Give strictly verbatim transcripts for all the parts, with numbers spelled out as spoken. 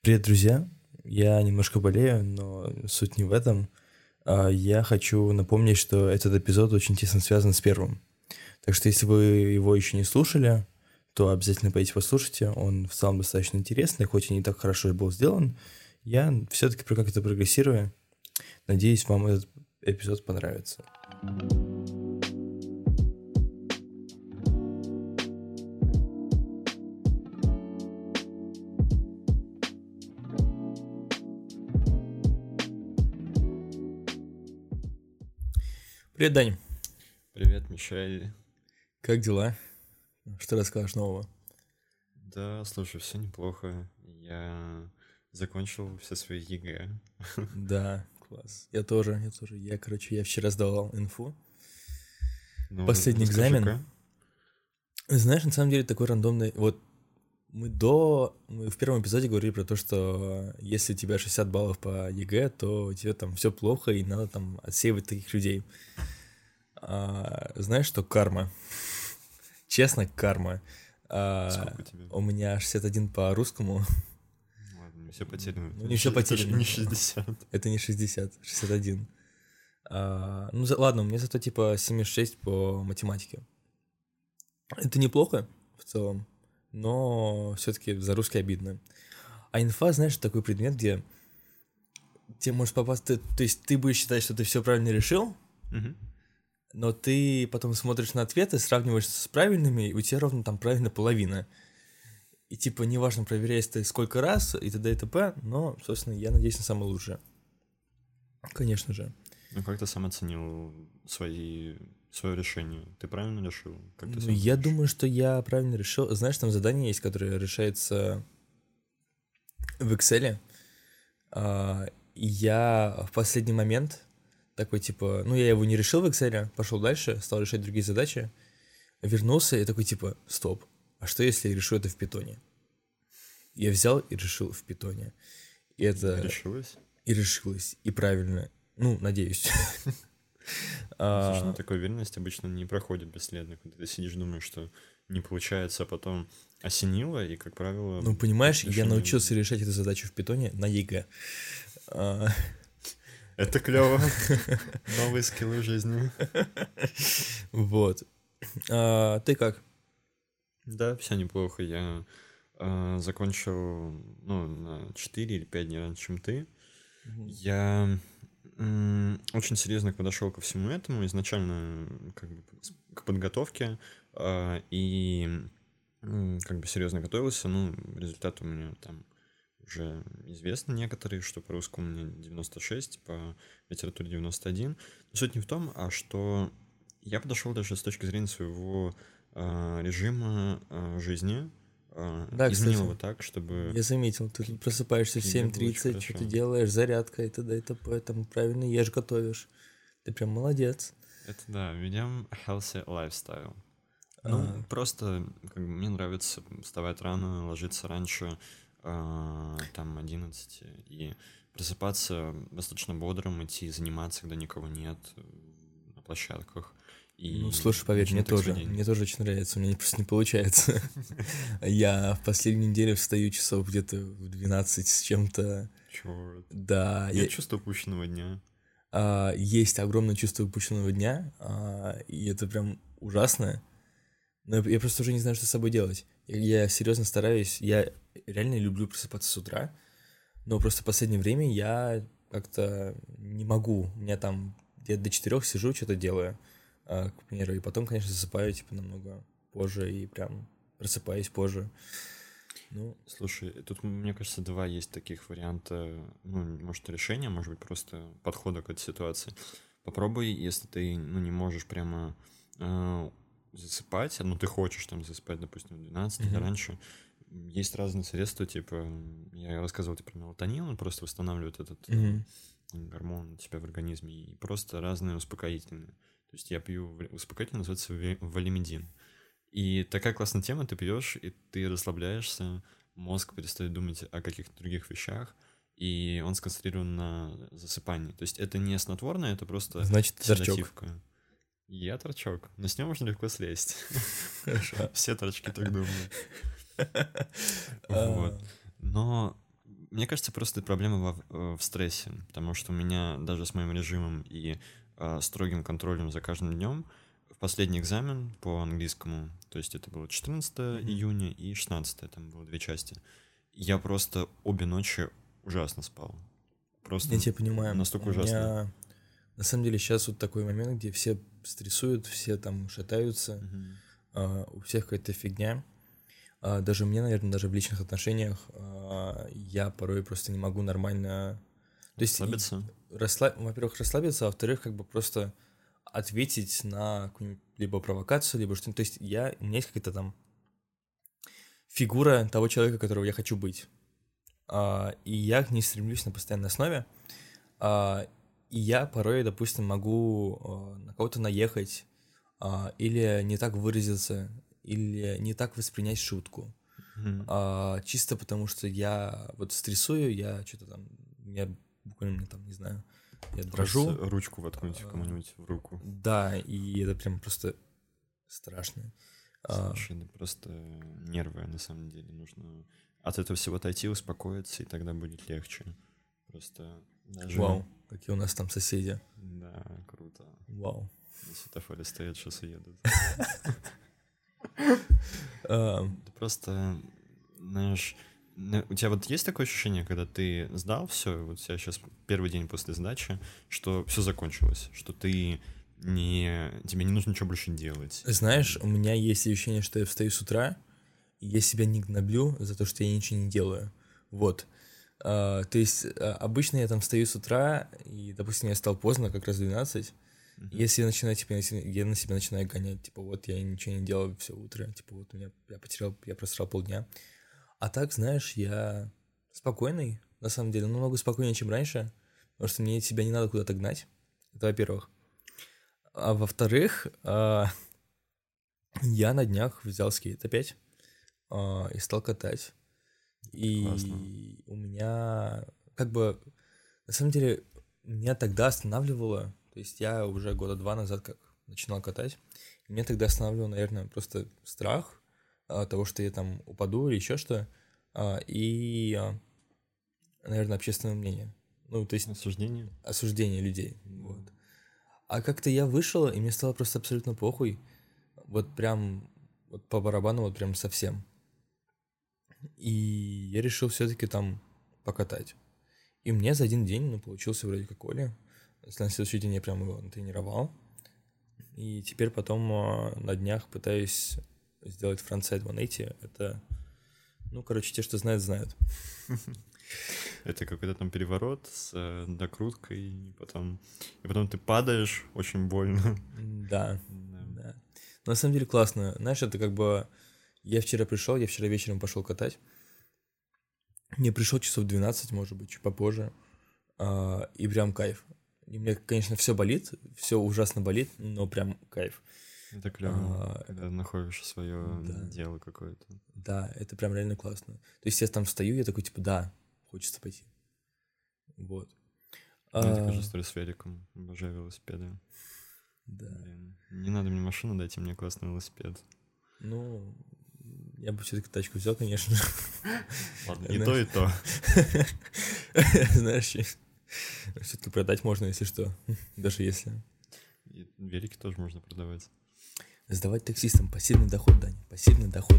Привет, друзья! Я немножко болею, но суть не в этом. А, Я хочу напомнить, что этот эпизод очень тесно связан с первым. Так что если вы его еще не слушали, то обязательно пойдите послушайте. Он в целом достаточно интересный, хоть и не так хорошо был сделан. Я все-таки про как это прогрессирую. Надеюсь, вам этот эпизод понравится. Привет, Дань. Привет, Мишель. Как дела? Что расскажешь нового? Да, слушай, все неплохо. Я закончил все свои ЕГЭ. Да, класс. Я тоже, я тоже. Я, короче, я вчера сдавал инфу. Ну, Последний экзамен. расскажи-ка. Знаешь, на самом деле такой рандомный. Вот мы до... Мы в первом эпизоде говорили про то, что если у тебя шестьдесят баллов по ЕГЭ, то у тебя там все плохо, и надо там отсеивать таких людей. А, знаешь, что карма? Честно, карма. А, Сколько у тебя? у меня шестьдесят один по русскому. Ладно, не все потеряно. Ну, не всё потеряно. Не шестьдесят. Это не шестьдесят, шестьдесят один. А, ну, за- ладно, у меня зато типа семьдесят шесть по математике. Это неплохо в целом, но все-таки за русский обидно. А инфа, знаешь, такой предмет, где тебе может попасться... То есть ты будешь считать, что ты все правильно решил, Мгм. но ты потом смотришь на ответы, сравниваешь с правильными, и у тебя ровно там правильно половина. И типа неважно, проверяешь ты сколько раз, и т.д. и т.п., но, собственно, я надеюсь на самое лучшее. Конечно же. Ну, как ты сам оценил свои... свое решение? Ты правильно решил? Как ты Ну, сам я думаешь? думаю, что я правильно решил. Знаешь, там задание есть, которое решается в Excel. А, и я в последний момент такой, типа, ну, я его не решил в Excel, пошел дальше, стал решать другие задачи, вернулся и такой, типа, стоп, а что если я решу это в питоне? Я взял и решил в питоне. И это... Решилась? И решилось, и правильно. Ну, надеюсь. Слушай, ну А, такая уверенность обычно не проходит бесследно, когда ты сидишь, думаешь, что не получается, а потом осенило, и, как правило, Ну, понимаешь, я решение- научился решать эту задачу в питоне на ЕГЭ. А, Это клево. Новые скиллы жизни. Вот. А, ты как? Да, все неплохо. Я э, закончил, ну, на четыре или пять дней раньше, чем ты. Я м, очень серьезно подошел ко всему этому. Изначально как бы с- к подготовке э, и м, как бы серьезно готовился. Ну, результат у меня там уже известны некоторые, что по русскому у меня девяносто шесть, по литературе девяносто один. Но суть не в том, а что я подошел даже с точки зрения своего а, режима а, жизни, а, Да, изменил кстати, его так, чтобы я заметил, ты тут просыпаешься в тебе семь было очень тридцать, что ты хорошо. делаешь, зарядка и т.д. и т.п. Там правильно ешь, готовишь. Ты прям молодец. Это да, ведем healthy lifestyle. Ну, А, просто как бы, мне нравится вставать рано, ложиться раньше, а, там, одиннадцать, и просыпаться достаточно бодрым, идти заниматься, когда никого нет э, на площадках. ну, И слушай, поверь, мне начинать так свой тоже. день. Мне тоже очень нравится, у меня просто не получается. Я в последнюю неделю встаю часов где-то в двенадцать с чем-то. Чёрт. Да, я- Нет чувства упущенного дня. а, есть огромное чувство упущенного дня, а, и это прям ужасно. Но я я просто уже не знаю, что с собой делать. Я, я серьезно стараюсь, я реально люблю просыпаться с утра, но просто в последнее время я как-то не могу. У меня там я до четырех сижу, что-то делаю, а, к примеру, и потом, конечно, засыпаю, типа, намного позже и прям просыпаюсь позже. Ну, Слушай, тут, мне кажется, два есть таких варианта, ну, может, решения, может быть, просто подхода к этой ситуации. Попробуй, если ты, ну, не можешь прямо э, засыпать, ну, ты хочешь там засыпать, допустим, в двенадцать или мгм. раньше, есть разные средства, типа, я рассказывал тебе про мелатонин, он просто восстанавливает этот э, Мгм. гормон у тебя в организме, и просто разные успокоительные. То есть я пью в- успокоительный, называется ве- валимедин. И такая классная тема, ты пьешь, и ты расслабляешься, мозг перестает думать о каких-то других вещах, и он сконцентрирован на засыпании. То есть это не снотворное, это просто Значит, ты торчок. седативка. Я торчок, но с ним можно легко слезть. Хорошо. Все торчки так думают. А, Вот. Но Мне кажется, просто проблема во- в стрессе, потому что у меня даже с моим режимом и а, строгим контролем за каждым днем в последний экзамен по английскому, то есть это было четырнадцатого Мгм. июня и шестнадцатого, там было две части, я просто обе ночи ужасно спал. Просто Я тебя понимаю. настолько У ужасно. меня на самом деле сейчас вот такой момент, где все стрессуют, все там шатаются, Мгм. а, у всех какая-то фигня. А, даже мне, наверное, даже в личных отношениях а, я порой просто не могу нормально... То есть, и- Расслабиться. расслаб... во-первых, расслабиться, а во-вторых, как бы просто ответить на какую-нибудь либо провокацию, либо что-нибудь. То есть я, у меня есть какая-то там фигура того человека, которого я хочу быть. А, и я к ней стремлюсь на постоянной основе. А, и я порой, допустим, могу а, на кого-то наехать, а, или не так выразиться, или не так воспринять шутку. Мгм. А, чисто потому, что я вот стрессую, я что-то там, я буквально там, не знаю, я дрожу. Хочется ручку воткнуть А, кому-нибудь в руку. Да, и это прям просто страшно. А, Слушай, да просто нервы, на самом деле. Нужно от этого всего отойти, успокоиться, и тогда будет легче. Просто даже... Вау, какие у нас там соседи. Да, круто. Вау. На светофоре стоят, сейчас едут. А, Ты просто, знаешь, на- у тебя вот есть такое ощущение, когда ты сдал все, вот у тебя сейчас первый день после сдачи, что все закончилось, что ты не... Тебе не нужно ничего больше делать. Знаешь, у меня есть ощущение, что я встаю с утра, и я себя не гноблю за то, что я ничего не делаю. Вот. А, то есть а, обычно я там встаю с утра, и, допустим, я встал поздно, как раз в двенадцать. Мгм. Если я начинаю, типа, если я на себя начинаю гонять, типа, вот я ничего не делал все утро, типа, вот у меня, я потерял, я просрал полдня. А так, знаешь, я спокойный, на самом деле, намного спокойнее, чем раньше, потому что мне себя не надо куда-то гнать, это во-первых. А во-вторых, а, я на днях взял скейт опять а, и стал катать. Классно. И у меня, как бы, на самом деле, меня тогда останавливало, то есть я уже года два назад как начинал катать, и меня тогда останавливал, наверное, просто страх а, того, что я там упаду или еще что, а, и, а, наверное, общественное мнение. Ну, то есть Осуждение? осуждение людей. Да. Вот. А как-то я вышел, и мне стало просто абсолютно похуй. Вот прям вот по барабану, вот прям совсем. И я решил все-таки там покатать. И мне за один день, ну, получился вроде как Оля. На следующий день я прям его тренировал. И теперь потом а, на днях пытаюсь сделать фронтсайд сто восемьдесят. Это, ну, короче, те, что знают, знают. Это какой-то там переворот с э, докруткой, и потом, и потом ты падаешь, очень больно. Да, Да. да. Но на самом деле классно. Знаешь, это как бы... Я вчера пришел, я вчера вечером пошел катать. Не пришел часов двенадцать, может быть, чуть попозже. А, и прям кайф. И мне, конечно, все болит, все ужасно болит, но прям кайф. Это клево, А, когда находишь свое да. дело какое-то. Да, это прям реально классно. То есть я там встаю, я такой, типа, да, хочется пойти. Вот. У меня такая А, же история с великом. Обожаю велосипеды. да. Блин. Не надо мне машину, дайте мне классный велосипед. Ну, я бы все-таки тачку взял, конечно. Ладно, и то, и то. Знаешь, все-таки продать можно, если что. Даже если. И велики тоже можно продавать. Сдавать таксистам пассивный доход, Дань, пассивный доход.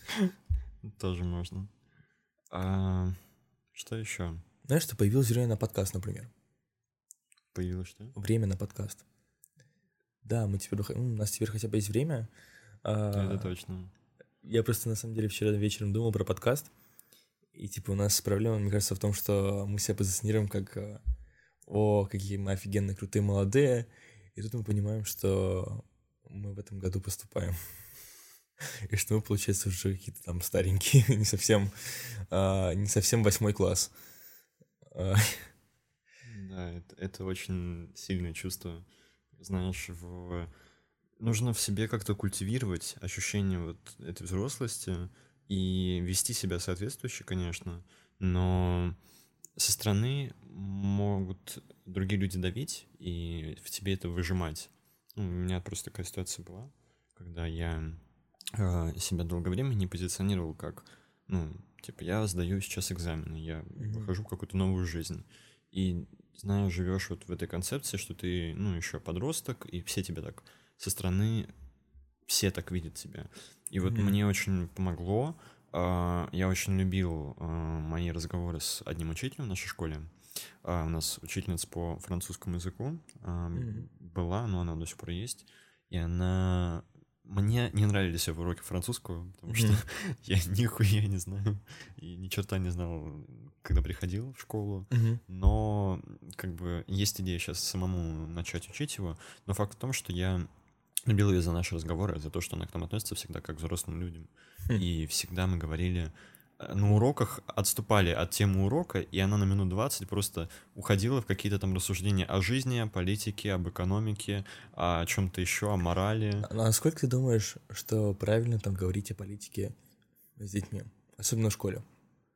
Тоже можно. А, что еще? Знаешь, что появилось время на подкаст, например. Появилось что? Время на подкаст. Да, мы теперь, выход- ну, у нас теперь хотя бы есть время. А, Это точно. Я просто, на самом деле, вчера вечером думал про подкаст. И, типа, у нас проблема, мне кажется, в том, что мы себя позиционируем как а, «О, какие мы офигенно крутые, молодые». И тут мы понимаем, что мы в этом году поступаем. И что мы, получается, уже какие-то там старенькие, не совсем, а, не совсем восьмой класс. А, Да, это, это очень сильное чувство. Знаешь, в... нужно в себе как-то культивировать ощущение вот этой взрослости и вести себя соответствующе, конечно, но со стороны могут другие люди давить и в тебе это выжимать. Ну, у меня просто такая ситуация была, когда я э, себя долгое время не позиционировал как, ну, Типа, я сдаю сейчас экзамены, я Мгм. выхожу в какую-то новую жизнь. И, знаю, живешь вот в этой концепции, что ты, ну, еще подросток, и все тебя так со стороны, все так видят тебя. И вот Мгм. мне очень помогло. а, Я очень любил а, мои разговоры с одним учителем в нашей школе. А, У нас учительница по французскому языку а, Мгм. была, но она до сих пор есть. И она... Мне не нравились ее уроки французского, потому что Мгм. я нихуя не знаю и ни черта не знал, когда приходил в школу. Мгм. Но как бы есть идея сейчас самому начать учить его. Но факт в том, что я любил ее за наши разговоры, за то, что она к нам относится всегда как к взрослым людям. Хм. И всегда мы говорили... э, На уроках отступали от темы урока, и она на минут двадцать просто уходила в какие-то там рассуждения о жизни, о политике, об экономике, о чем-то еще, о морали. А насколько ты думаешь, что правильно там говорить о политике с детьми, особенно в школе?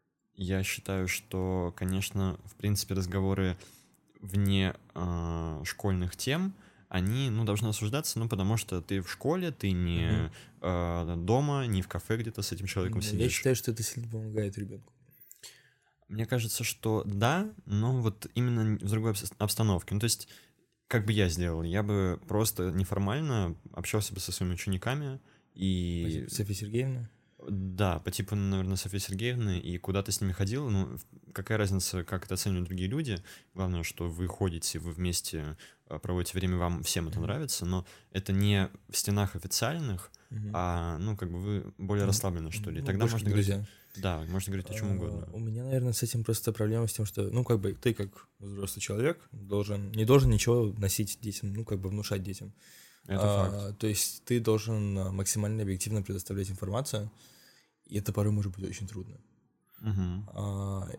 Я считаю, что, конечно, в принципе, разговоры вне э, школьных тем, они, ну, должны осуждаться, ну, потому что ты в школе, ты не Мгм. э, дома, не в кафе где-то с этим человеком Ну, я сидишь. считаю, что это сильно помогает ребенку. Мне кажется, что да, но вот именно в другой обс- обстановке. Ну, то есть, как бы я сделал? Я бы просто неформально общался бы со своими учениками и... Софья Сергеевна? Да, по типу, наверное, Софьи Сергеевны, и куда ты с ними ходил, ну, в- какая разница, как это оценивают другие люди, главное, что вы ходите, вы вместе а, проводите время, вам всем это Мгм. нравится, но это не в стенах официальных, Мгм. а, ну, как бы вы более Ну, расслаблены, что ли, ну, тогда больше можно как говорить, друзья. да, можно говорить о чем А, угодно. У меня, наверное, с этим просто проблема с тем, что, ну, как бы, ты как взрослый человек должен, не должен ничего носить детям, ну, как бы внушать детям. Это А, факт. То есть ты должен а, максимально объективно предоставлять информацию, и это порой может быть очень трудно. Мгм. А,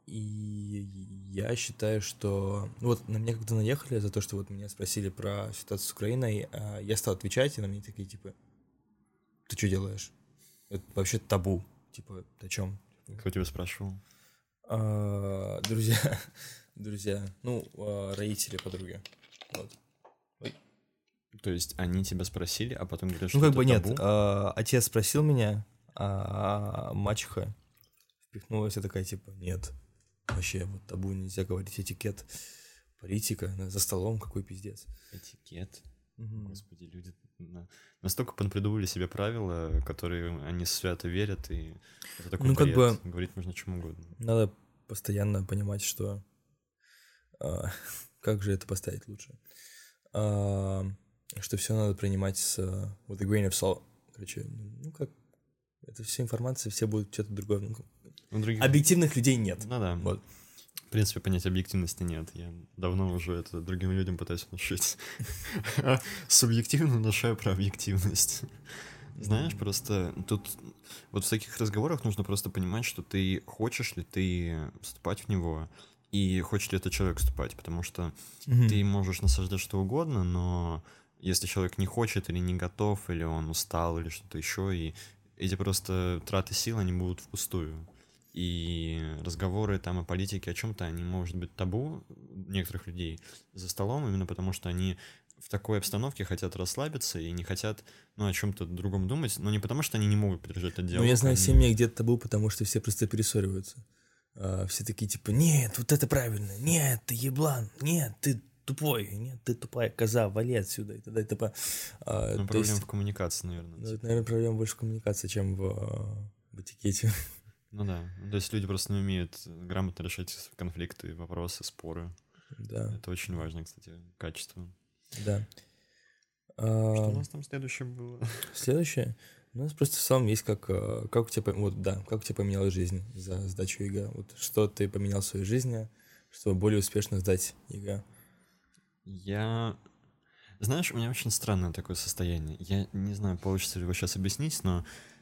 И я считаю, что... ну Вот на меня когда наехали за то, что вот меня спросили про ситуацию с Украиной, а, я стал отвечать, и на меня такие, типа, ты что делаешь? Это вообще табу. Типа, о чем? Кто тебя спрашивал? А, друзья, друзья, ну, а, родители, подруги. Вот. Ой. То есть они тебя спросили, а потом говорят, Ну, что как это бы нет, табу? а, отец спросил меня, а мачеха впихнулась и такая, типа, нет, вообще, вот табу, нельзя говорить, этикет, политика, на- за столом, какой пиздец. Этикет. Мгм. Господи, люди на- настолько понапридумывали себе правила, которые они свято верят, и это такой Ну, как бред. бы Говорить можно о чем угодно. надо постоянно понимать, что... а, как же это поставить лучше? А, что все надо принимать с... а, with a grain of salt. Короче, ну, как... Это все информация, все будут что-то другое. Ну, У других... объективных людей нет. Ну да. Вот. В принципе, понятия объективности нет. Я давно уже это другим людям пытаюсь внушить. А субъективно внушаю про объективность. Знаешь, просто тут вот в таких разговорах нужно просто понимать, что ты хочешь ли ты вступать в него, и хочет ли этот человек вступать, потому что Мгм. ты можешь насаждать что угодно, но если человек не хочет или не готов, или он устал, или что-то еще, и эти просто траты сил, они будут впустую. И разговоры там о политике, о чем-то, они, может быть, табу некоторых людей за столом, именно потому что они в такой обстановке хотят расслабиться и не хотят, ну, о чем-то другом думать, но не потому что они не могут поддержать этот диалог. Ну, я знаю они- семьи, где табу, потому что все просто перессориваются. А, все такие, типа, нет, вот это правильно, нет, ты еблан, нет, ты тупой, нет, ты тупая коза, вали отсюда, и т.д. и т.п. А, Ну, то проблема есть, в коммуникации, наверное. ну, типа. это, наверное, проблема больше в коммуникации, чем в, а, в этикете. Ну да, то есть люди просто не умеют грамотно решать конфликты, вопросы, споры. Да, Это очень важно, кстати, качество. да. Что А, у нас там следующее было? Следующее. У нас просто в целом есть как, а, как у тебя, пом- вот, да, как у тебя поменялась жизнь за сдачу ЕГЭ. Вот что ты поменял в своей жизни, чтобы более успешно сдать ЕГЭ. Я... Знаешь, у меня очень странное такое состояние. Я не знаю, получится ли его сейчас объяснить, но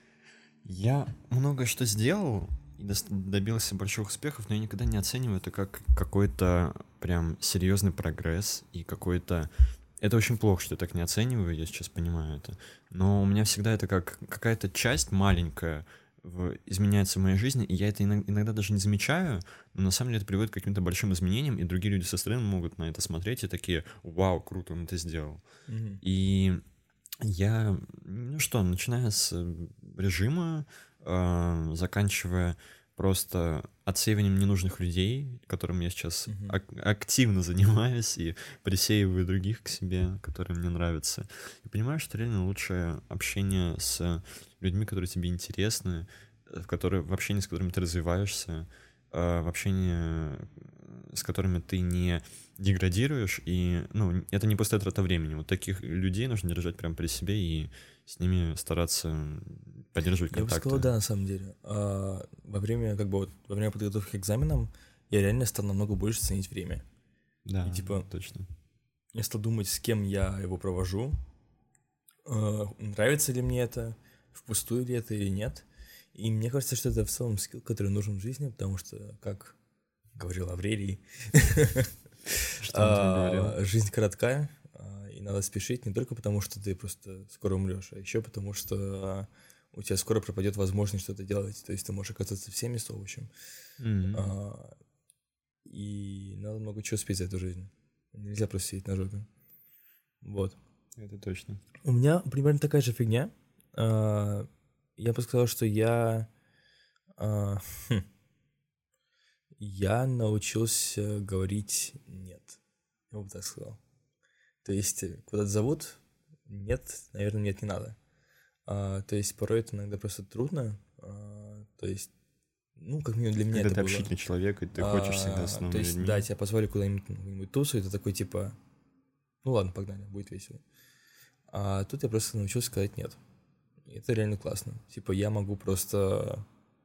я много что сделал и дос- добился больших успехов, но я никогда не оцениваю это как какой-то прям серьезный прогресс и какой-то... Это очень плохо, что я так не оцениваю, я сейчас понимаю это. Но у меня всегда это как какая-то часть маленькая в- изменяется в моей жизни, и я это иног- иногда даже не замечаю, но на самом деле это приводит к каким-то большим изменениям, и другие люди со стороны могут на это смотреть и такие: «Вау, круто, он это сделал». Мгм. И я, ну что, начиная с э, режима, э, заканчивая просто отсеиванием ненужных людей, которым я сейчас Мгм. ак- активно занимаюсь и присеиваю других к себе, которые мне нравятся. И понимаю, что реально лучшее общение с людьми, которые тебе интересны, э, в которые, в общении с которыми ты развиваешься, э, в общении э, с которыми ты не деградируешь, и, ну, это не пустая трата времени. Вот таких людей нужно держать прямо при себе и с ними стараться поддерживать Я бы контакты. сказал, да, на самом деле. А, во время, как бы, вот, во время подготовки к экзаменам я реально стал намного больше ценить время. Да, И, типа, точно. я стал думать, с кем я его провожу, э, нравится ли мне это, впустую ли это или нет. И мне кажется, что это в целом скилл, который нужен в жизни, потому что, как говорил Аврелий, Что он там говорил? а, жизнь коротка, а, и надо спешить не только потому, что ты просто скоро умрешь, а еще потому, что у тебя скоро пропадет возможность что-то делать. То есть ты можешь оказаться в семьдесят овощем. Мгм. А, и надо много чего успеть за эту жизнь. Нельзя просто сидеть на жопе. Вот. Это точно. У меня примерно такая же фигня. А, Я бы сказал, что я... а, хм, я научился говорить «нет». Я бы так сказал. То есть э, куда-то зовут, нет, наверное, нет, не надо. А, то есть порой это иногда просто трудно. А, то есть, ну, как минимум для меня Когда это ты было. общительный человек, и ты хочешь всегда с А, новыми то есть, людьми. да, тебя позвали куда-нибудь на какую-нибудь тусу, и ты такой, типа, ну ладно, погнали, будет весело. А тут я просто научился сказать «нет». И это реально классно. Типа, я могу просто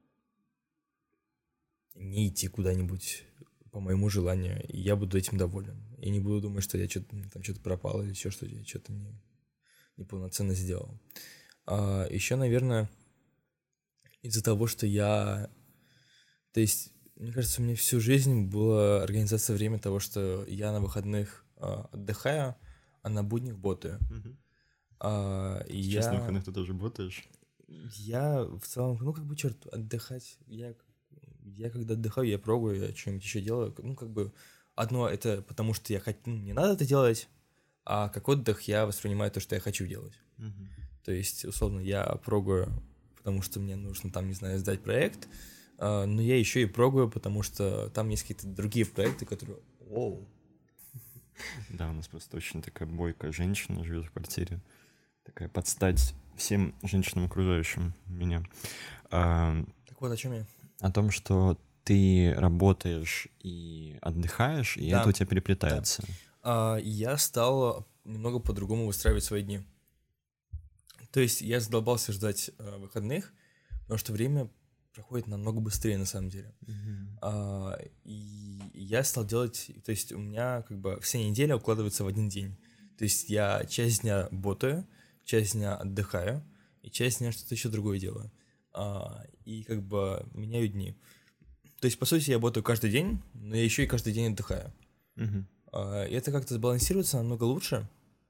не идти куда-нибудь по моему желанию, и я буду этим доволен. Я не буду думать, что я что-то там что-то пропал или еще что я что-то не, неполноценно сделал. А еще, наверное, из-за того, что я... То есть, мне кажется, у меня всю жизнь была организация времени того, что я на выходных а, отдыхаю, а на буднях ботаю. Мгм. А, и Сейчас на я... выходных ты тоже работаешь. Я в целом, ну, как бы, черт, отдыхать. Я, я когда отдыхаю, я пробую, я что-нибудь еще делаю. Ну, как бы, одно это потому, что я хочу, ну, мне надо это делать, а как отдых я воспринимаю то, что я хочу делать. Мгм. То есть, условно, я прогаю, потому что мне нужно там, не знаю, сдать проект, а, но я еще и прогаю, потому что там есть какие-то другие проекты, которые... Оу. Да, у нас просто очень такая бойкая женщина живет в квартире. Такая под стать всем женщинам, окружающим меня. А, Так вот, о чем я? о том, что ты работаешь и отдыхаешь, и Да. это у тебя переплетается. А, я стал немного по-другому выстраивать свои дни. То есть я задолбался ждать э, выходных, потому что время проходит намного быстрее на самом деле. Мгм. А, и я стал делать, то есть у меня как бы вся неделя укладывается в один день. То есть я часть дня ботаю, часть дня отдыхаю, и часть дня что-то еще другое делаю. А, и как бы меняю дни. То есть, по сути, я ботаю каждый день, но я еще и каждый день отдыхаю. Мгм. А, и это как-то сбалансируется намного лучше,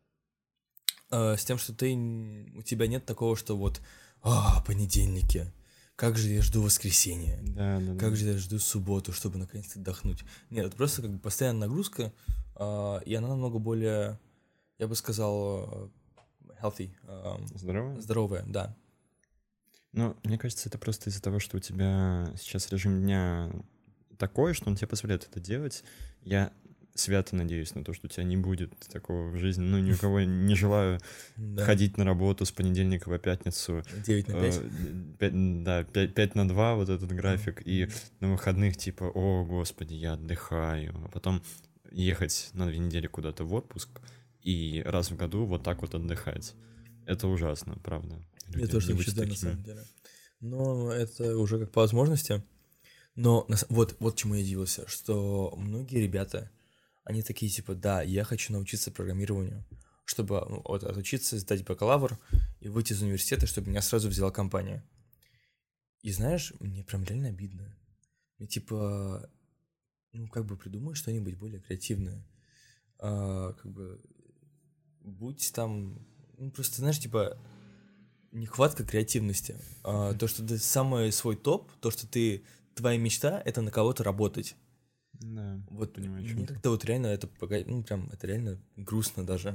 а, с тем, что ты, н- у тебя нет такого, что вот, а, понедельники, как же я жду воскресенья. Да, да, да. Как же я жду субботу, чтобы наконец-то отдохнуть. Нет, это просто как бы постоянная нагрузка, а, и она намного более, я бы сказал, э, healthy, а, Здорово? здоровая, да. Ну, мне кажется, это просто из-за того, что у тебя сейчас режим дня такой, что он тебе позволяет это делать. Я свято надеюсь на то, что у тебя не будет такого в жизни. Ну, ни у кого не желаю Да. ходить на работу с понедельника по пятницу. девять на пять. э, пять- да, пять на два вот этот график. И на выходных типа, о, господи, я отдыхаю. А потом ехать на две недели куда-то в отпуск и раз в году вот так вот отдыхать. Это ужасно, правда. Я Люди, тоже не так будьте считаю, на такими. самом деле. Но это уже как по возможности. Но на с- вот, вот чему я удивился, что многие ребята, они такие типа, да, я хочу научиться программированию, чтобы ну, вот, отучиться, сдать бакалавр и выйти из университета, чтобы меня сразу взяла компания. И знаешь, мне прям реально обидно. Мне типа, ну как бы придумай что-нибудь более креативное. А, как бы, будь там, ну просто знаешь, типа, нехватка креативности. А, то, что ты самый свой топ, то, что ты, твоя мечта, это на кого-то работать. Да, Вот понимаю, о чем мне ты. как-то вот реально это, пога- ну прям, это реально грустно даже.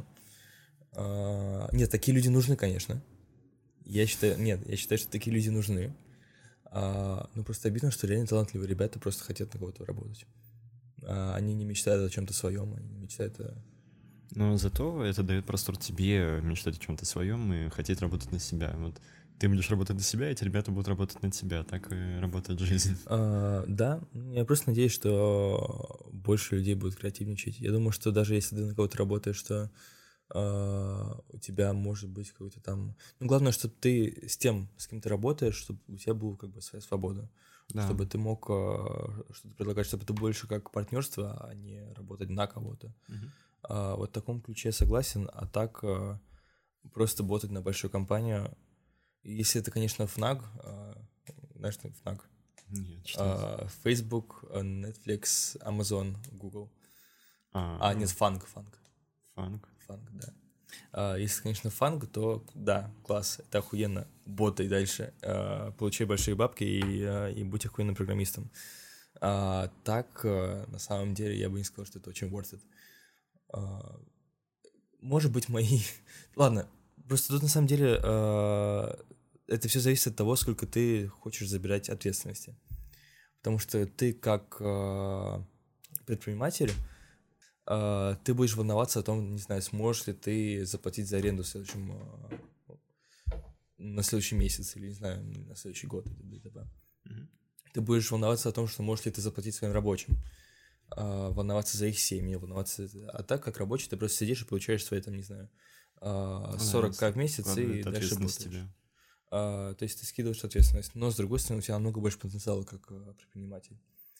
А, нет, такие люди нужны, конечно. Я считаю, нет, я считаю, что такие люди нужны. А, ну, просто обидно, что реально талантливые ребята просто хотят на кого-то работать. А, они не мечтают о чем-то своем, они не мечтают о... Но зато это дает простор тебе мечтать о чем-то своем и хотеть работать на себя. Вот ты будешь работать на себя, эти ребята будут работать на тебя. Так и работает жизнь. А, да, я просто надеюсь, что больше людей будут креативничать. Я думаю, что даже если ты на кого-то работаешь, что а, у тебя может быть какой-то там... Ну, главное, чтобы ты с тем, с кем ты работаешь, чтобы у тебя была как бы своя свобода. Да. Чтобы ты мог а, что-то предлагать, чтобы это больше как партнерство, а не работать на кого-то. Угу. А, вот в таком ключе я согласен, а так а, просто ботать на большую компанию... Если это, конечно, фнаг, а, знаешь, что фнаг? Нет, что а, Facebook, Netflix, Amazon, Google. А, а нет, фанг, фанг. Фанг. Фанг, да. А, если, конечно, фанг, то да, класс, это охуенно. Ботай дальше. А, получай большие бабки и, а, и будь охуенным программистом. А, так, а, на самом деле, я бы не сказал, что это очень worth it. А, может быть, мои... Ладно, просто тут на самом деле... А, это все зависит от того, сколько ты хочешь забирать ответственности. Потому что ты как э, предприниматель, э, ты будешь волноваться о том, не знаю, сможешь ли ты заплатить за аренду в следующем, э, на следующий месяц или, не знаю, на следующий год. Mm-hmm. Ты будешь волноваться о том, что можешь ли ты заплатить своим рабочим, э, волноваться за их семьи, волноваться... А так, как рабочий, ты просто сидишь и получаешь свои, там, не знаю, э, сорок тысяч в месяц и дальше работаешь. Uh, то есть ты скидываешь ответственность, но с другой стороны у тебя намного больше потенциала как uh, предприниматель.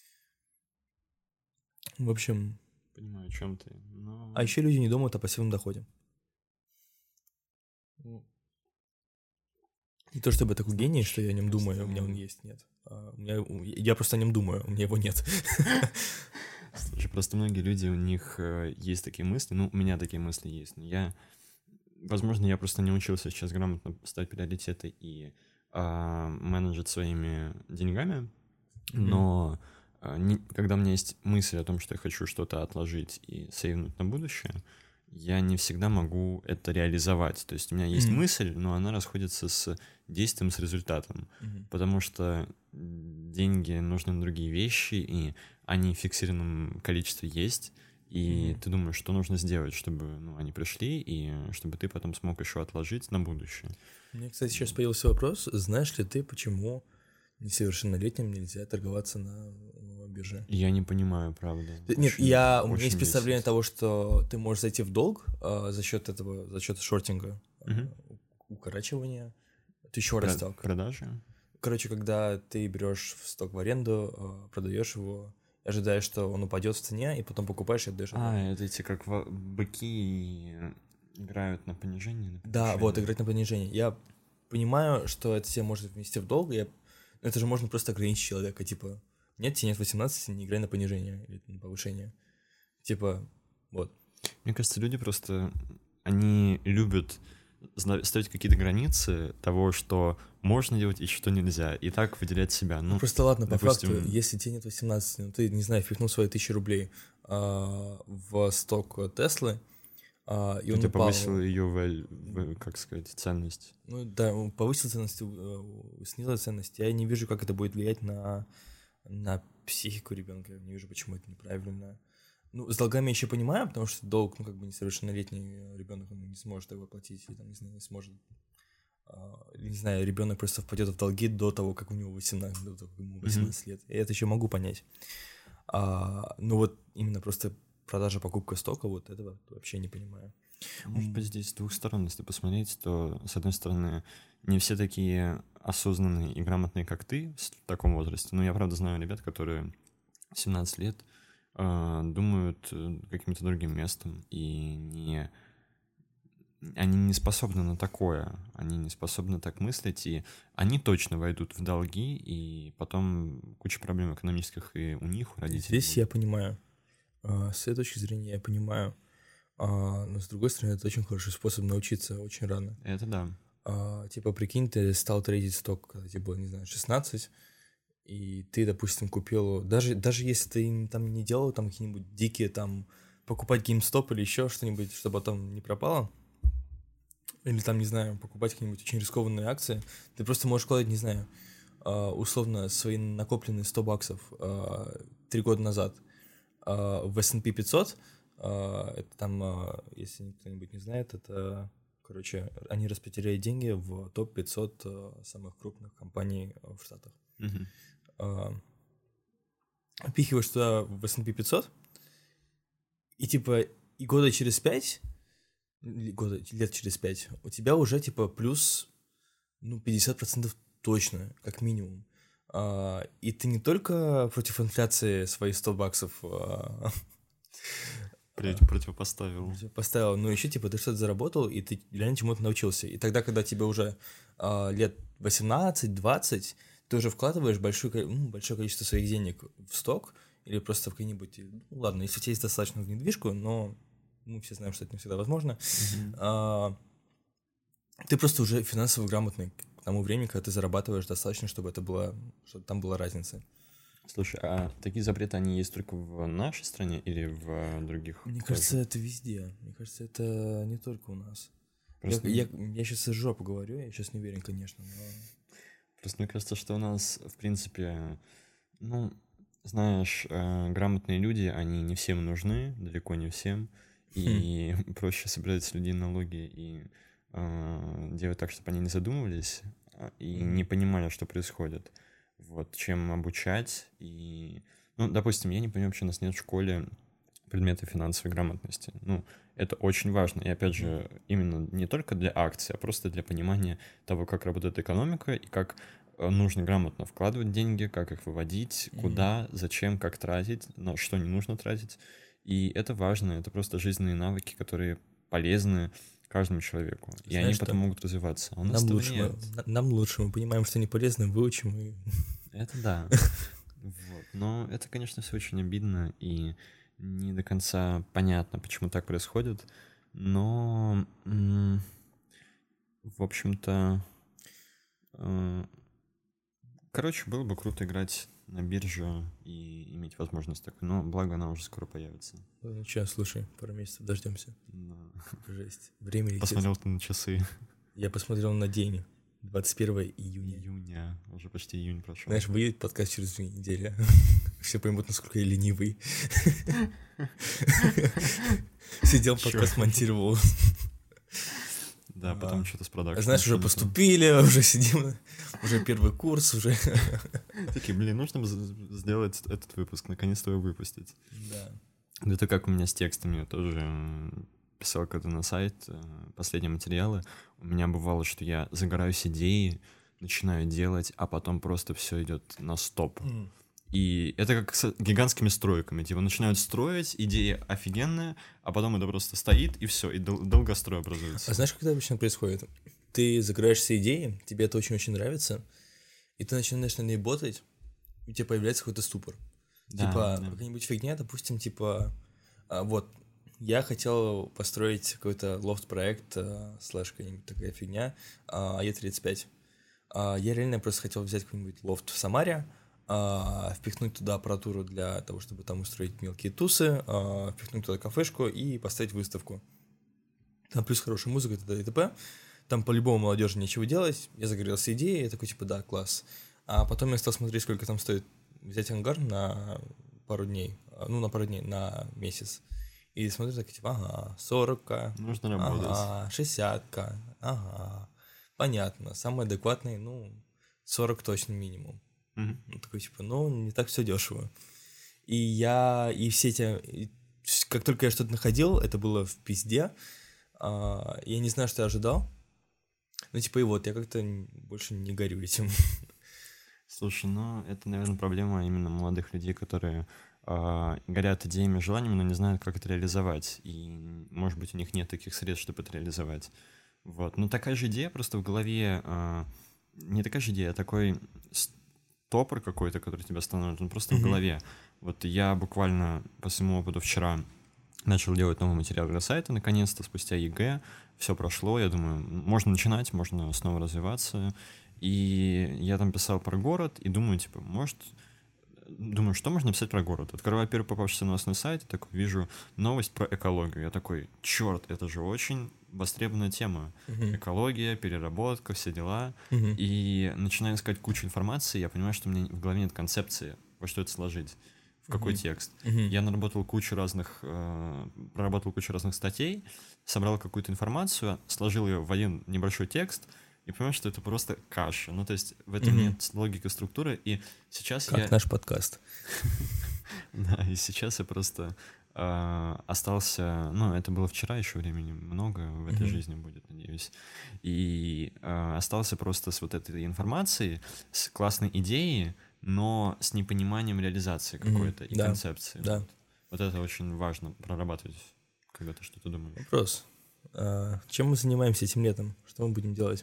В общем... Понимаю, о чем ты. Но... А еще люди не думают о пассивном доходе. Не то чтобы я такой гений, что я о нем думаю, у меня он есть, нет. Uh, у меня, я просто о нем думаю, у меня его нет. Слушай, просто многие люди, у них э, есть такие мысли, ну, у меня такие мысли есть, но я... Возможно, я просто не учился сейчас грамотно ставить приоритеты и э, менеджить своими деньгами, mm-hmm. но э, не, когда у меня есть мысль о том, что я хочу что-то отложить и сейвнуть на будущее, я не всегда могу это реализовать. То есть у меня есть mm-hmm. мысль, но она расходится с действием, с результатом, mm-hmm. потому что деньги нужны на другие вещи, и они в фиксированном количестве есть. И mm-hmm. ты думаешь, что нужно сделать, чтобы ну, они пришли, и чтобы ты потом смог еще отложить на будущее. У меня, кстати, сейчас появился вопрос. Знаешь ли ты, почему несовершеннолетним нельзя торговаться на бирже? Я не понимаю, правда. Нет, очень, я, у меня есть представление того, что ты можешь зайти в долг а, за счет этого, за счет шортинга, mm-hmm. а, укорачивания. Это еще раз так. Продажи? Короче, когда ты берешь сток в аренду, а, продаешь его, ожидаешь, что он упадет в цене, и потом покупаешь и отдаешь. А, это эти как быки играют на понижение? На да, вот, играть на понижение. Я понимаю, что это все может вместе в долг, я... но это же можно просто ограничить человека, типа, нет, тебе нет восемнадцати, не играй на понижение или на повышение. Типа, вот. Мне кажется, люди просто, они любят ставить какие-то границы того, что можно делать и что нельзя, и так выделять себя. Ну, просто ладно, допустим, по факту, если тебе нет восемнадцати, ну ты, не знаю, впихнул свои тысячи рублей а, в сток Теслы, а, и он ты упал. повысил ее, в, в, как сказать, ценность. Ну да, он повысил ценность, снизил ценность. Я не вижу, как это будет влиять на, на психику ребенка. Я не вижу, почему это неправильно. Ну, с долгами я еще понимаю, потому что долг, ну, как бы несовершеннолетний ребенок, он не сможет его оплатить, или там, не знаю, не сможет. Не знаю, ребенок просто впадет в долги до того, как у него восемнадцать, до того, как ему восемнадцать mm-hmm. лет. Я это еще могу понять. А, ну вот именно просто продажа, покупка стока, вот этого вообще не понимаю. Может быть, здесь с двух сторон, если посмотреть, то, с одной стороны, не все такие осознанные и грамотные, как ты, в таком возрасте. Но я, правда, знаю ребят, которые в семнадцать лет э, думают каким-то другим местом и не... Они не способны на такое, они не способны так мыслить, и они точно войдут в долги, и потом куча проблем экономических и у них, у родителей. Здесь будет. Я понимаю. С этой точки зрения я понимаю. Но с другой стороны, это очень хороший способ научиться очень рано. Это да. А, типа, прикинь, ты стал трейдить сток, когда тебе было, не знаю, шестнадцать, и ты, допустим, купил... Даже, даже если ты там не делал там какие-нибудь дикие, там, покупать GameStop или еще что-нибудь, чтобы потом не пропало, или там, не знаю, покупать какие-нибудь очень рискованные акции, ты просто можешь вкладывать, не знаю, а, условно свои накопленные сто баксов а, три года назад а, в эс энд пи пятьсот, а, это там, а, если кто-нибудь не знает, это, короче, они распределяют деньги в топ пятьсот а, самых крупных компаний а, в Штатах. Мгм. А, Впихиваешь туда в эс энд пи пятьсот, и типа и года через пять, или года, лет через пять, у тебя уже типа плюс, ну, пятьдесят процентов точно, как минимум. А, и ты не только против инфляции свои сто баксов а, При- Противопоставил. поставил, но еще типа ты что-то заработал, и ты реально чему-то научился. И тогда, когда тебе уже а, лет восемнадцать-двадцать, ты уже вкладываешь большое, ко- ну, большое количество своих денег в сток или просто в какой-нибудь... Ну, ладно, если у тебя есть достаточно в недвижку, но мы все знаем, что это не всегда возможно. Мгм. а, Ты просто уже финансово грамотный к тому времени, когда ты зарабатываешь достаточно, чтобы это было, чтобы там была разница. Слушай, а такие запреты, они есть только в нашей стране или в э, других Мне тоже? кажется, это везде. Мне кажется, это не только у нас. Я, Просто, я, я сейчас из жопы говорю, я сейчас не уверен, конечно, но... просто мне кажется, что у нас, в принципе, ну, знаешь, э, грамотные люди, они не всем нужны, далеко не всем, и проще собирать с людей налоги и э, делать так, чтобы они не задумывались а, и Мгм. не понимали, что происходит, вот, чем обучать. И, ну, допустим, я не понимаю, вообще у нас нет в школе предмета финансовой грамотности. Ну, это очень важно. И опять же, именно не только для акций, а просто для понимания того, как работает экономика и как э, нужно грамотно вкладывать деньги, как их выводить, Мгм. куда, зачем, как тратить, на что не нужно тратить. И это важно, это просто жизненные навыки, которые полезны каждому человеку. И Знаешь они что? потом могут развиваться. А у нас Нам этого лучше, мы, нет. на- нам лучше, мы понимаем, что не полезно, выучим и... Это да. Вот. Но это, конечно, все очень обидно и не до конца понятно, почему так происходит. Но, м, в общем-то, э, короче, было бы круто играть на бирже и иметь возможность такой. Но благо она уже скоро появится. Ну, сейчас, слушай, пару месяцев дождемся. Да. Жесть. Время летит. Посмотрел ты на часы. Я посмотрел на день. двадцать первого июня. Июня. Уже почти июнь прошел. Знаешь, выйдет подкаст через две недели. Все поймут, насколько я ленивый. Сидел, подкаст Чё? монтировал. Да, потом А, что-то с продакшеном. Знаешь, уже что-то. поступили, уже сидим, уже первый курс, уже... Такие, блин, нужно бы з- сделать этот выпуск, наконец-то его выпустить. Да. Да это как у меня с текстами, я тоже э, писал когда на сайт э, последние материалы. У меня бывало, что я загораюсь идеей, начинаю делать, а потом просто все идет на стоп. М. И это как с гигантскими стройками. Типа начинают строить, идея офигенная, а потом это просто стоит, и все, и дол- долгострой образуется. А знаешь, как это обычно происходит? Ты загораешься идеей, тебе это очень-очень нравится, и ты начинаешь на ней работать, и у тебя появляется какой-то ступор. Да, Типа, да. какая-нибудь фигня, допустим, типа, а, вот, я хотел построить какой-то лофт-проект, а, слэш какая-нибудь такая фигня, а, Е тридцать пять. А, я реально просто хотел взять какой-нибудь лофт в Самаре, а, впихнуть туда аппаратуру для того, чтобы там устроить мелкие тусы, а, впихнуть туда кафешку и поставить выставку. Там плюс хорошая музыка и т.д. и т.п. Там по-любому молодежи нечего делать. Я загорелся идеей, я такой, типа, да, класс. А потом я стал смотреть, сколько там стоит взять ангар на пару дней. а, Ну, на пару дней, на месяц. И смотрю, так, типа, ага, сорок-ка, Нужно работать. ага, шестьдесят-ка, ага. Понятно, самый адекватный, ну, сорок точно минимум. Мгм. Ну, такой, типа, ну, не так все дешево. И я, и все эти, и с- как только я что-то находил, это было в пизде. А, я не знаю, что я ожидал. Ну, типа, и вот, я как-то н- больше не горю этим. Слушай, ну это, наверное, проблема именно молодых людей, которые а, горят идеями, желаниями, но не знают, как это реализовать. И, может быть, у них нет таких средств, чтобы это реализовать. Вот. Но такая же идея просто в голове, а, не такая же идея, а такой стопор какой-то, который тебя становится, он просто в Мгм. голове. Вот я буквально по своему опыту вчера начал делать новый материал для сайта, наконец-то, спустя ЕГЭ. Все прошло, я думаю, можно начинать, можно снова развиваться. И я там писал про город, и думаю, типа, может, думаю, что можно написать про город. Открываю первый попавшийся новостной сайт, и такой вижу новость про экологию. Я такой, черт, это же очень востребованная тема. Мгм. Экология, переработка, все дела. Мгм. И начинаю искать кучу информации, я понимаю, что у меня в голове нет концепции, во что это сложить, в какой Мгм. текст. Мгм. Я наработал кучу разных, э, проработал кучу разных статей, собрал какую-то информацию, сложил ее в один небольшой текст, и понимаю, что это просто каша. Ну, то есть в этом Мгм. нет логики, структуры, и сейчас Как я... наш подкаст. Да, и сейчас я просто э, остался... Ну, это было вчера, еще времени много в этой Мгм. жизни будет, надеюсь. И э, остался просто с вот этой информацией, с классной идеей, но с непониманием реализации Мгм. какой-то и Да, концепции. да. Вот. Вот это очень важно прорабатывать, когда ты что-то думаешь. Вопрос. А, чем мы занимаемся этим летом? Что мы будем делать?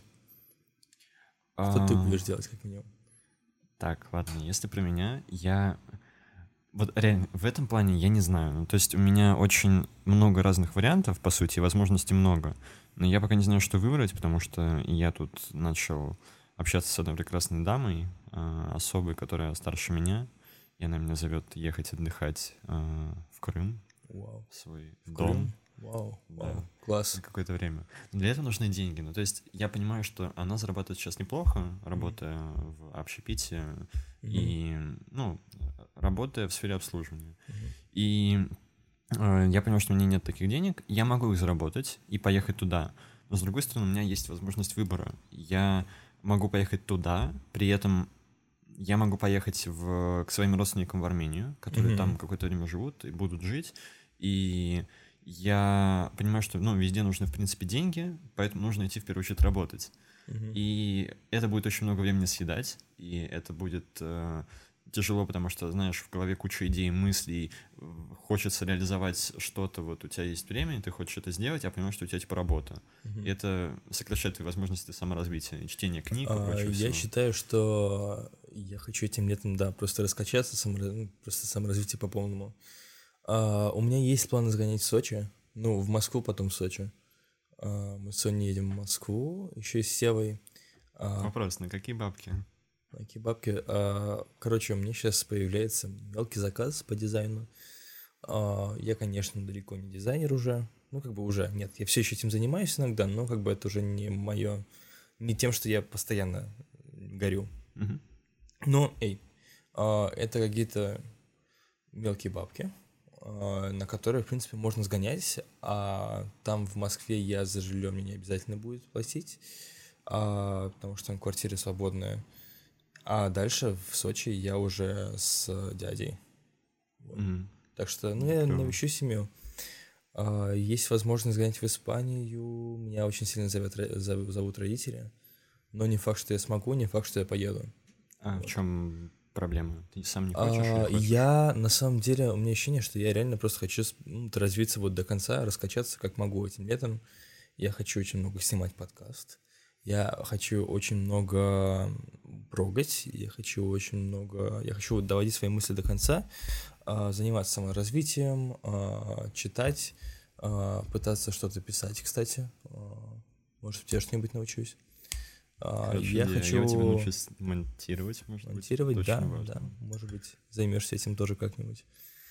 Что ты А, будешь делать, как минимум? Так, ладно, если про меня, я... Вот реально, в этом плане я не знаю. Ну, то есть у меня очень много разных вариантов, по сути, и возможностей много. Но я пока не знаю, что выбрать, потому что я тут начал общаться с одной прекрасной дамой, а, особой, которая старше меня, и она меня зовет ехать отдыхать а, в Крым, Вау. в свой В дом. Крым? Вау, Да. вау. Класс. На какое-то время. Но для этого нужны деньги. Ну, то есть я понимаю, что она зарабатывает сейчас неплохо, работая в общепите и, ну, работая в сфере обслуживания. Мгм. И э, я понимаю, что у меня нет таких денег, я могу их заработать и поехать туда. Но, с другой стороны, у меня есть возможность выбора. Я могу поехать туда, при этом я могу поехать в, к своим родственникам в Армению, которые Мгм. там какое-то время живут и будут жить. И я понимаю, что, ну, везде нужны, в принципе, деньги, поэтому нужно идти в первую очередь работать. Мгм. И это будет очень много времени съедать, и это будет э, тяжело, потому что, знаешь, в голове куча идей, мыслей, э, хочется реализовать что-то, вот у тебя есть время, и ты хочешь это сделать, а понимаешь, что у тебя типа работа. Мгм. И это сокращает твои возможности саморазвития, и чтения книг и А, прочего я всего. считаю, что я хочу этим летом, да, просто раскачаться, самора- ну, просто саморазвитие по полному. А, у меня есть планы сгонять в Сочи, ну, в Москву, потом в Сочи. А, мы с Соней едем в Москву, еще и с Севой. А, Вопрос, на какие бабки? какие бабки? А, короче, у меня сейчас появляется мелкий заказ по дизайну. А, я, конечно, далеко не дизайнер уже. Ну, как бы уже, нет, я все еще этим занимаюсь иногда, но как бы это уже не мое, не тем, что я постоянно горю. Мгм. Но, эй, а, это какие-то мелкие бабки, а, на которые, в принципе, можно сгонять, а там в Москве я за жилье мне не обязательно будет платить, а, потому что там квартира свободная. А дальше в Сочи я уже с дядей. Вот. Мгм. Так что, ну, Ну, я клево. навещу семью. А, есть возможность сгонять в Испанию. Меня очень сильно зовет, ро- зов- зовут родители. Но не факт, что я смогу, не факт, что я поеду. А в Вот. чем проблема? Ты сам не хочешь или А, хочешь? я, на самом деле, у меня ощущение, что я реально просто хочу с- ну, вот развиться вот до конца, раскачаться как могу этим летом. Я хочу очень много снимать подкаст. Я хочу очень много прогать. Я хочу очень много... Я хочу вот доводить свои мысли до конца, а, заниматься саморазвитием, а, читать, а, пытаться что-то писать, кстати. А, Может, я что-нибудь научусь. А, Хорошая Я идея. хочу... Я у тебя научусь монтировать, может быть. Монтировать, Это да, очень важно. да, может быть, займешься этим тоже как-нибудь.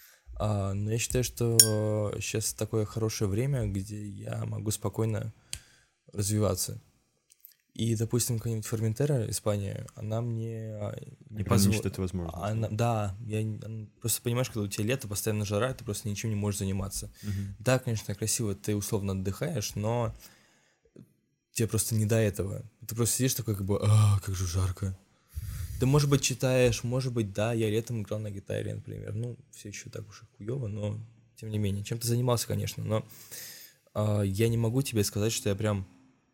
А, но я считаю, что сейчас такое хорошее время, где я могу спокойно развиваться. И, допустим, какая-нибудь Форментера, Испания, она мне а, не Ограничит позволит. эту возможность. Она, да, я не- ан- просто понимаешь, когда у тебя лето, постоянно жара, ты просто ничем не можешь заниматься. Мгм. Да, конечно, красиво, ты условно отдыхаешь, но тебе просто не до этого. Ты просто сидишь такой, как бы, а, как же жарко. Ты, может быть, читаешь, может быть, да, я летом играл на гитаре, например. Ну, все еще так уж и хуёво, но тем не менее. Чем-то занимался, конечно, но а, я не могу тебе сказать, что я прям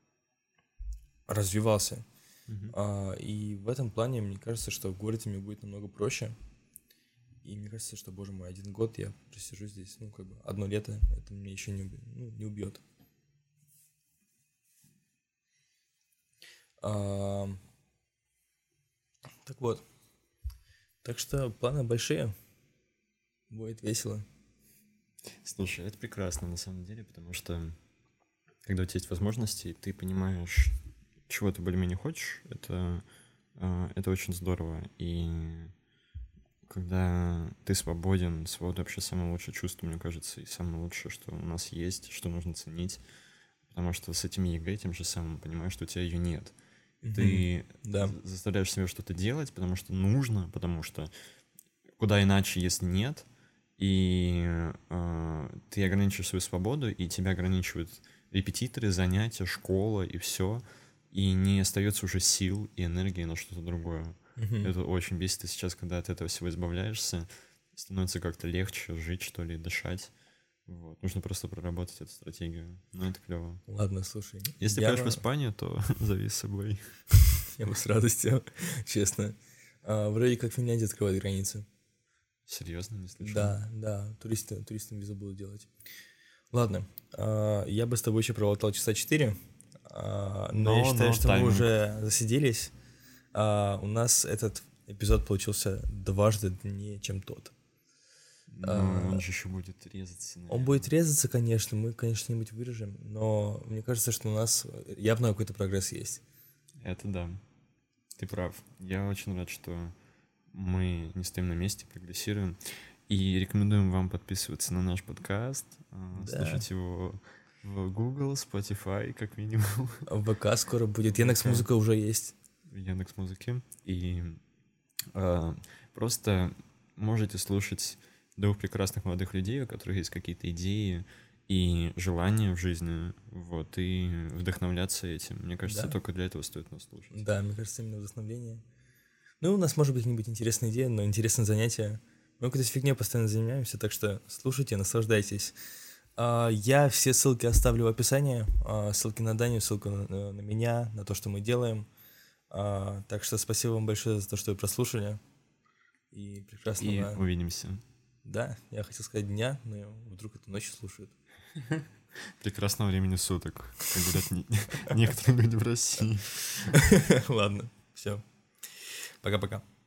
развивался. Мгм. А, и в этом плане мне кажется, что в городе мне будет намного проще. И мне кажется, что, боже мой, один год я просижу здесь, ну, как бы, одно лето, это мне еще не, уби- ну, не убьет. А, так вот. Так что планы большие. Будет весело. Слушай, это прекрасно на самом деле, потому что когда у тебя есть возможности, и ты понимаешь, чего ты более-менее хочешь, это, э, это очень здорово. И когда ты свободен, свобода вообще самое лучшее чувство, мне кажется, и самое лучшее, что у нас есть, что нужно ценить, потому что с этим ЕГЭ тем же самым понимаешь, что у тебя ее нет. Мгм. Ты Да. з- заставляешь себя что-то делать, потому что нужно, потому что куда иначе, если нет, и э, ты ограничиваешь свою свободу, и тебя ограничивают репетиторы, занятия, школа и все, и не остается уже сил и энергии на что-то другое. Мгм. Это очень бесит, и сейчас, когда от этого всего избавляешься, становится как-то легче жить, что ли, дышать. Вот. Нужно просто проработать эту стратегию. Ну, это клево. Ладно, слушай. Если я поедешь в бы- Испанию, то зови с собой. Я бы с радостью, честно. А, вроде как Финляндия открывает границы. Серьезно, не слышал? Да, да, туристы, туристам визу будут делать. Ладно, а, я бы с тобой еще проболтал часа четыре, а, но я Но- считаю, но что тайминг. мы уже засиделись. А, у нас этот эпизод получился дважды длиннее, чем тот. Ну, А, он же еще будет резаться. Он наверное. будет резаться, конечно, мы, конечно, что-нибудь вырежем, но мне кажется, что у нас явно какой-то прогресс есть. Это да. Ты прав. Я очень рад, что мы не стоим на месте, прогрессируем. И рекомендуем вам подписываться на наш подкаст, а, Да. слушать его в Google, Spotify, как минимум, В ВК скоро будет, Яндекс.Музыка уже есть. в Яндекс.Музыке. И а, просто можете слушать двух прекрасных молодых людей, у которых есть какие-то идеи и желания в жизни, вот, и вдохновляться этим. Мне кажется, Да. только для этого стоит нас слушать. Да, мне кажется, именно вдохновление. Ну, у нас может быть какие-нибудь интересные идеи, но интересные занятия. Мы какой-то фигней постоянно занимаемся, так что слушайте, наслаждайтесь. А, Я все ссылки оставлю в описании. а, Ссылки на Даню, ссылку на, на меня, на то, что мы делаем. А, Так что спасибо вам большое за то, что вы прослушали. И И прекрасного... увидимся. Да, я хотел сказать дня, но вдруг это ночью слушают. Прекрасного времени суток, как говорят не- некоторые люди в России. Ладно, все. Пока-пока.